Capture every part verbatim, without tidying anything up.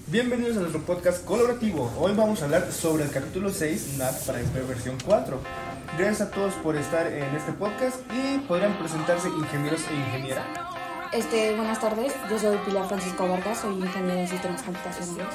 Bienvenidos a nuestro podcast colaborativo. Hoy vamos a hablar sobre el capítulo seis, N A T para I P versión cuatro. Gracias a todos por estar en este podcast y podrán presentarse ingenieros e ingeniera. Este, buenas tardes, yo soy Pilar Francisco Vargas, soy ingeniero en sistemas computacionales.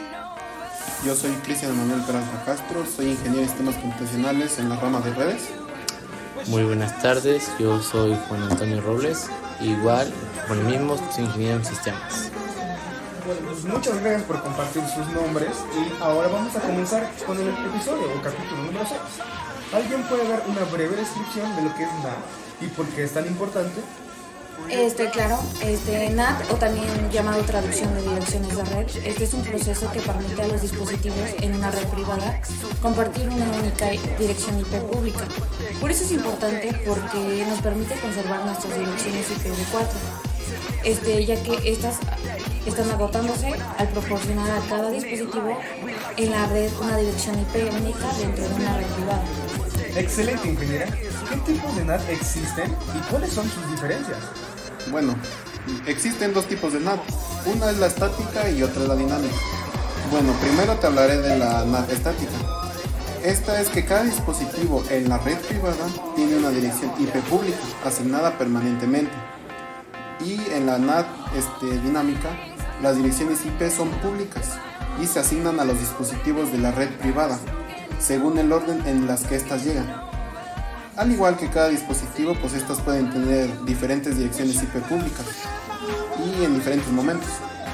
Yo soy Cristian Manuel Peralta Castro, soy ingeniero en sistemas computacionales en la rama de redes. Muy buenas tardes, yo soy Juan Antonio Robles, igual, por el mismo, soy ingeniero en sistemas. Bueno, pues muchas gracias por compartir sus nombres y ahora vamos a comenzar con el episodio o capítulo número seis. ¿Alguien puede dar una breve descripción de lo que es N A T y por qué es tan importante? Este, claro, este N A T, o también llamado traducción de direcciones de red, este es un proceso que permite a los dispositivos en una red privada compartir una única dirección I P pública. Por eso es importante porque nos permite conservar nuestras direcciones I P v cuatro, este, ya que estas están agotándose al proporcionar a cada dispositivo en la red una dirección I P única dentro de una red privada. Excelente, ingeniera. ¿Qué tipos de N A T existen y cuáles son sus diferencias? Bueno, existen dos tipos de N A T. Una es la estática y otra es la dinámica. Bueno, primero te hablaré de la N A T estática. Esta es que cada dispositivo en la red privada tiene una dirección I P pública asignada permanentemente. Y en la N A T este, dinámica, las direcciones I P son públicas y se asignan a los dispositivos de la red privada, según el orden en las que éstas llegan. Al igual que cada dispositivo, pues estas pueden tener diferentes direcciones I P públicas y en diferentes momentos.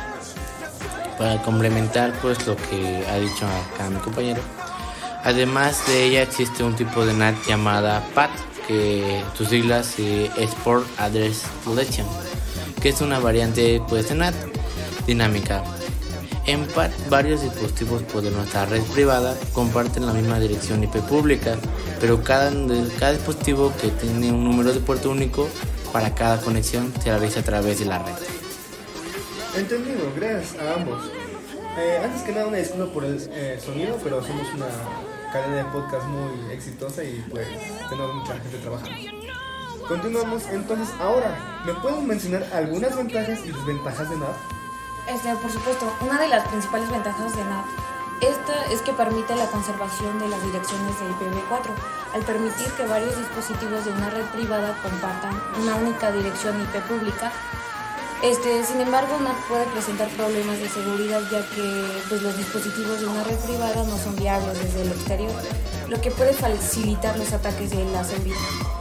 Para complementar pues lo que ha dicho acá mi compañero, además de ella existe un tipo de N A T llamada P A T, que sus siglas es Port Address Collection, que es una variante pues de N A T dinámica. En P A T, varios dispositivos pues, de nuestra red privada comparten la misma dirección I P pública, pero cada, cada dispositivo que tiene un número de puerto único para cada conexión se realiza a través de la red. Entendido, gracias a ambos. Eh, antes que nada, una disculpa por el eh, sonido, pero somos una cadena de podcast muy exitosa y pues tenemos mucha gente trabajando. Continuamos entonces. Ahora, ¿me pueden mencionar algunas ventajas y desventajas de N A T? Este, por supuesto, una de las principales ventajas de N A T esta es que permite la conservación de las direcciones de I P v cuatro, al permitir que varios dispositivos de una red privada compartan una única dirección I P pública. Este, sin embargo, N A T puede presentar problemas de seguridad, ya que pues, los dispositivos de una red privada no son viables desde el exterior, lo que puede facilitar los ataques de la seguridad.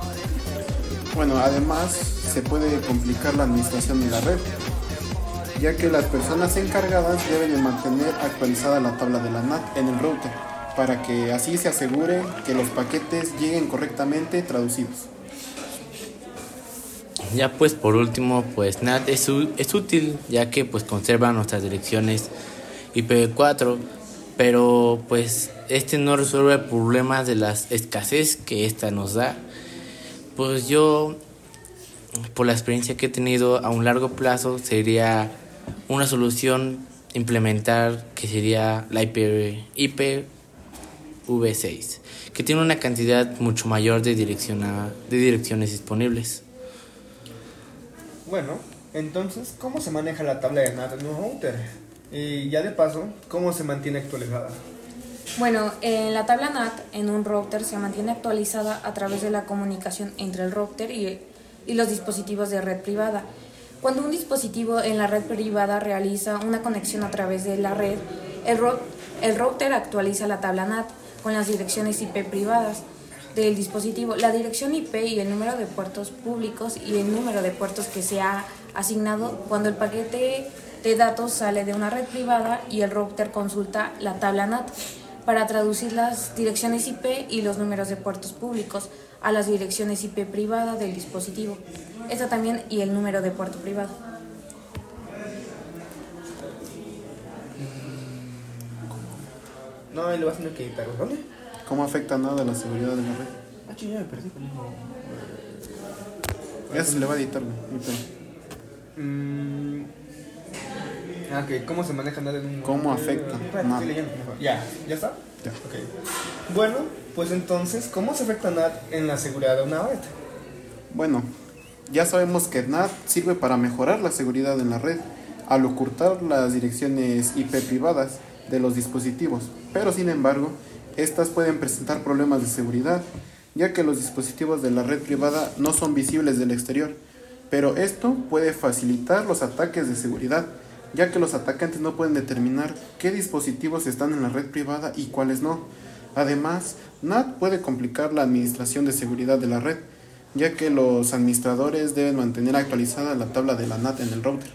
Bueno, además se puede complicar la administración de la red, ya que las personas encargadas deben de mantener actualizada la tabla de la N A T en el router, para que así se asegure que los paquetes lleguen correctamente traducidos. Ya pues por último, pues N A T es, es útil, ya que pues conserva nuestras direcciones I P v cuatro, pero pues este no resuelve el problema de la escasez que esta nos da. Pues yo, por la experiencia que he tenido a un largo plazo, sería una solución implementar que sería la I P v seis, que tiene una cantidad mucho mayor de, direcciona, de direcciones disponibles. Bueno, entonces, ¿cómo se maneja la tabla de N A T en un router? Y ya de paso, ¿cómo se mantiene actualizada? Bueno, en la tabla N A T en un router se mantiene actualizada a través de la comunicación entre el router y, y los dispositivos de red privada. Cuando un dispositivo en la red privada realiza una conexión a través de la red, el, ro- el router actualiza la tabla N A T con las direcciones I P privadas del dispositivo, la dirección I P y el número de puertos públicos y el número de puertos que se ha asignado cuando el paquete de datos sale de una red privada, y el router consulta la tabla N A T para traducir las direcciones I P y los números de puertos públicos a las direcciones I P privada del dispositivo. Esta también, y el número de puerto privado. No, lo vas a tener que editar. ¿Dónde? ¿Cómo afecta nada la seguridad de la red? Ah, ching, ya me perdí. Ya se le va a editar, güey. Mm. Ah, ok. ¿Cómo se maneja N A T en un... ¿Cómo afecta? Espérate, estoy leyendo mejor. Ya, ¿ya está? Ya. Ok. Bueno, pues entonces, ¿cómo se afecta N A T en la seguridad de una red? Bueno, ya sabemos que N A T sirve para mejorar la seguridad en la red, al ocultar las direcciones I P privadas de los dispositivos, pero sin embargo, estas pueden presentar problemas de seguridad, ya que los dispositivos de la red privada no son visibles del exterior, pero esto puede facilitar los ataques de seguridad, ya que los atacantes no pueden determinar qué dispositivos están en la red privada y cuáles no. Además, N A T puede complicar la administración de seguridad de la red, ya que los administradores deben mantener actualizada la tabla de la N A T en el router.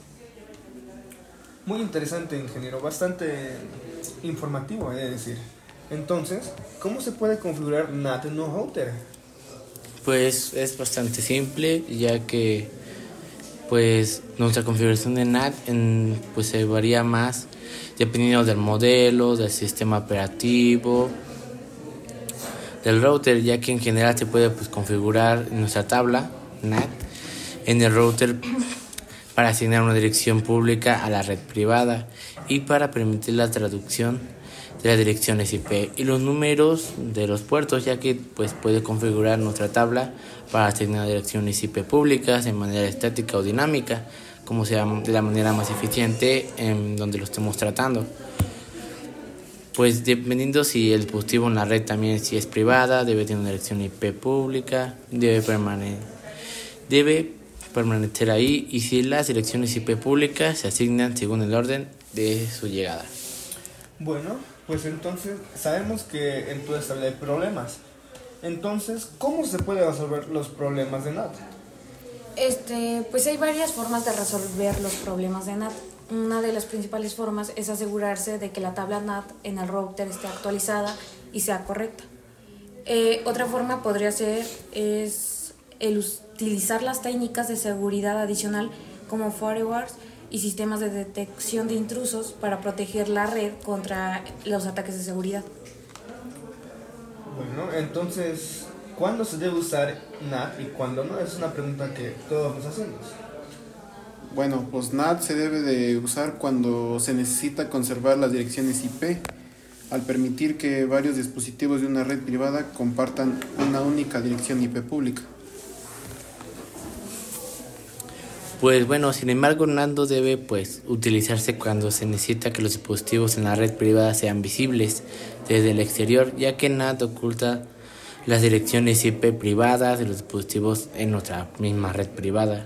Muy interesante, ingeniero, bastante informativo, he de decir. Entonces, ¿cómo se puede configurar N A T en un router? Pues es bastante simple, ya que pues nuestra configuración de N A T en, pues se varía más dependiendo del modelo, del sistema operativo, del router, ya que en general se puede pues configurar nuestra tabla N A T en el router para asignar una dirección pública a la red privada y para permitir la traducción de las direcciones I P y los números de los puertos, ya que pues puede configurar nuestra tabla para asignar direcciones I P públicas de manera estática o dinámica, como sea de la manera más eficiente en donde lo estemos tratando. Pues dependiendo si el dispositivo en la red también si es privada, debe tener una dirección I P pública, debe permanecer, debe permanecer ahí, y si las direcciones I P públicas se asignan según el orden de su llegada. Bueno, pues entonces sabemos que en toda esta vida hay problemas. Entonces, ¿cómo se puede resolver los problemas de N A T? Este, pues hay varias formas de resolver los problemas de N A T. Una de las principales formas es asegurarse de que la tabla N A T en el router esté actualizada y sea correcta. Eh, otra forma podría ser es el utilizar las técnicas de seguridad adicional como firewalls y sistemas de detección de intrusos para proteger la red contra los ataques de seguridad. Bueno, entonces, ¿cuándo se debe usar N A T y cuándo no? Es una pregunta que todos nos hacemos. Bueno, pues N A T se debe de usar cuando se necesita conservar las direcciones I P, al permitir que varios dispositivos de una red privada compartan una única dirección I P pública. Pues bueno, sin embargo, N A T debe pues utilizarse cuando se necesita que los dispositivos en la red privada sean visibles desde el exterior, ya que N A T oculta las direcciones I P privadas de los dispositivos en nuestra misma red privada.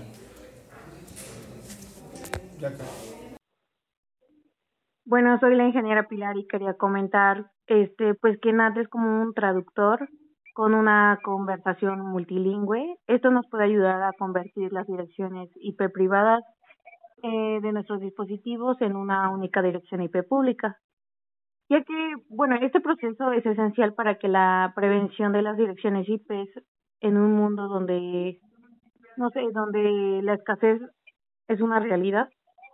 Bueno, soy la ingeniera Pilar y quería comentar este pues que N A T es como un traductor con una conversación multilingüe. Esto nos puede ayudar a convertir las direcciones I P privadas eh, de nuestros dispositivos en una única dirección I P pública. Ya que, bueno, este proceso es esencial para que la prevención de las direcciones I P en un mundo donde, no sé, donde la escasez es una realidad.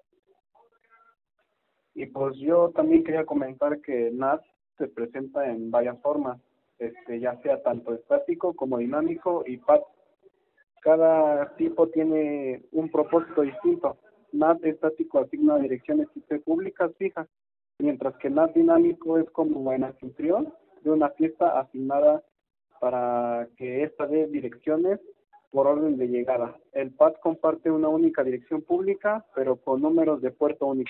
Y pues yo también quería comentar que N A T se presenta en varias formas, este, ya sea tanto estático como dinámico y P A T. Cada tipo tiene un propósito distinto. N A T estático asigna direcciones I P públicas fijas, mientras que N A T dinámico es como el anfitrión de una fiesta asignada para que ésta dé direcciones por orden de llegada. El P A T comparte una única dirección pública, pero con números de puerto únicos.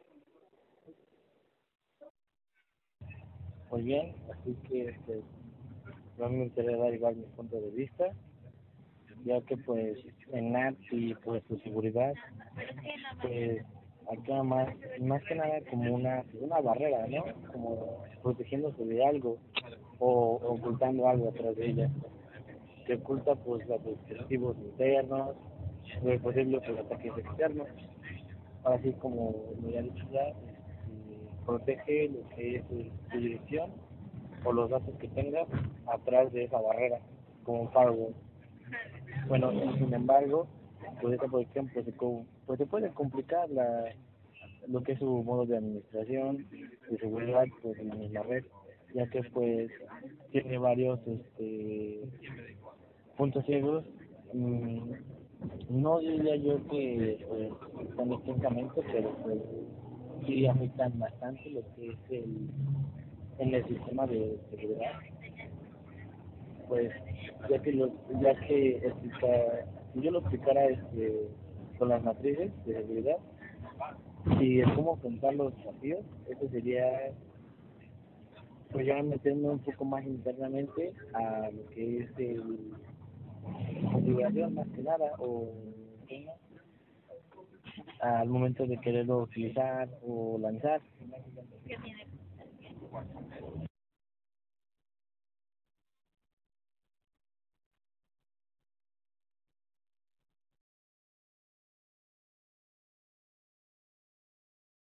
Muy bien, así que este, no me gustaría dar igual mi punto de vista, ya que pues en N A T y pues su seguridad, pues acá más, más que nada como una, una barrera, ¿no? Como protegiéndose de algo o ocultando algo atrás de ella, que oculta pues los dispositivos internos, los posibles ataques externos, así como me ya dicho ya, protege lo que es tu dirección o los datos que tengas atrás de esa barrera, como un firewall. Bueno, sin embargo, pues esta protección pues, pues se puede complicar la, lo que es su modo de administración, de seguridad pues en la misma red, ya que pues tiene varios este puntos ciegos. Mm, no diría yo que pues, están extensamente, pero pues sí afectan bastante lo que es el en el sistema de seguridad, pues ya que lo, ya que explica, si yo lo explicara este con las matrices de seguridad, Y el cómo afrontar los desafíos, eso sería pues ya meterme un poco más internamente a lo que es el configuración más que nada o al momento de quererlo utilizar o lanzar.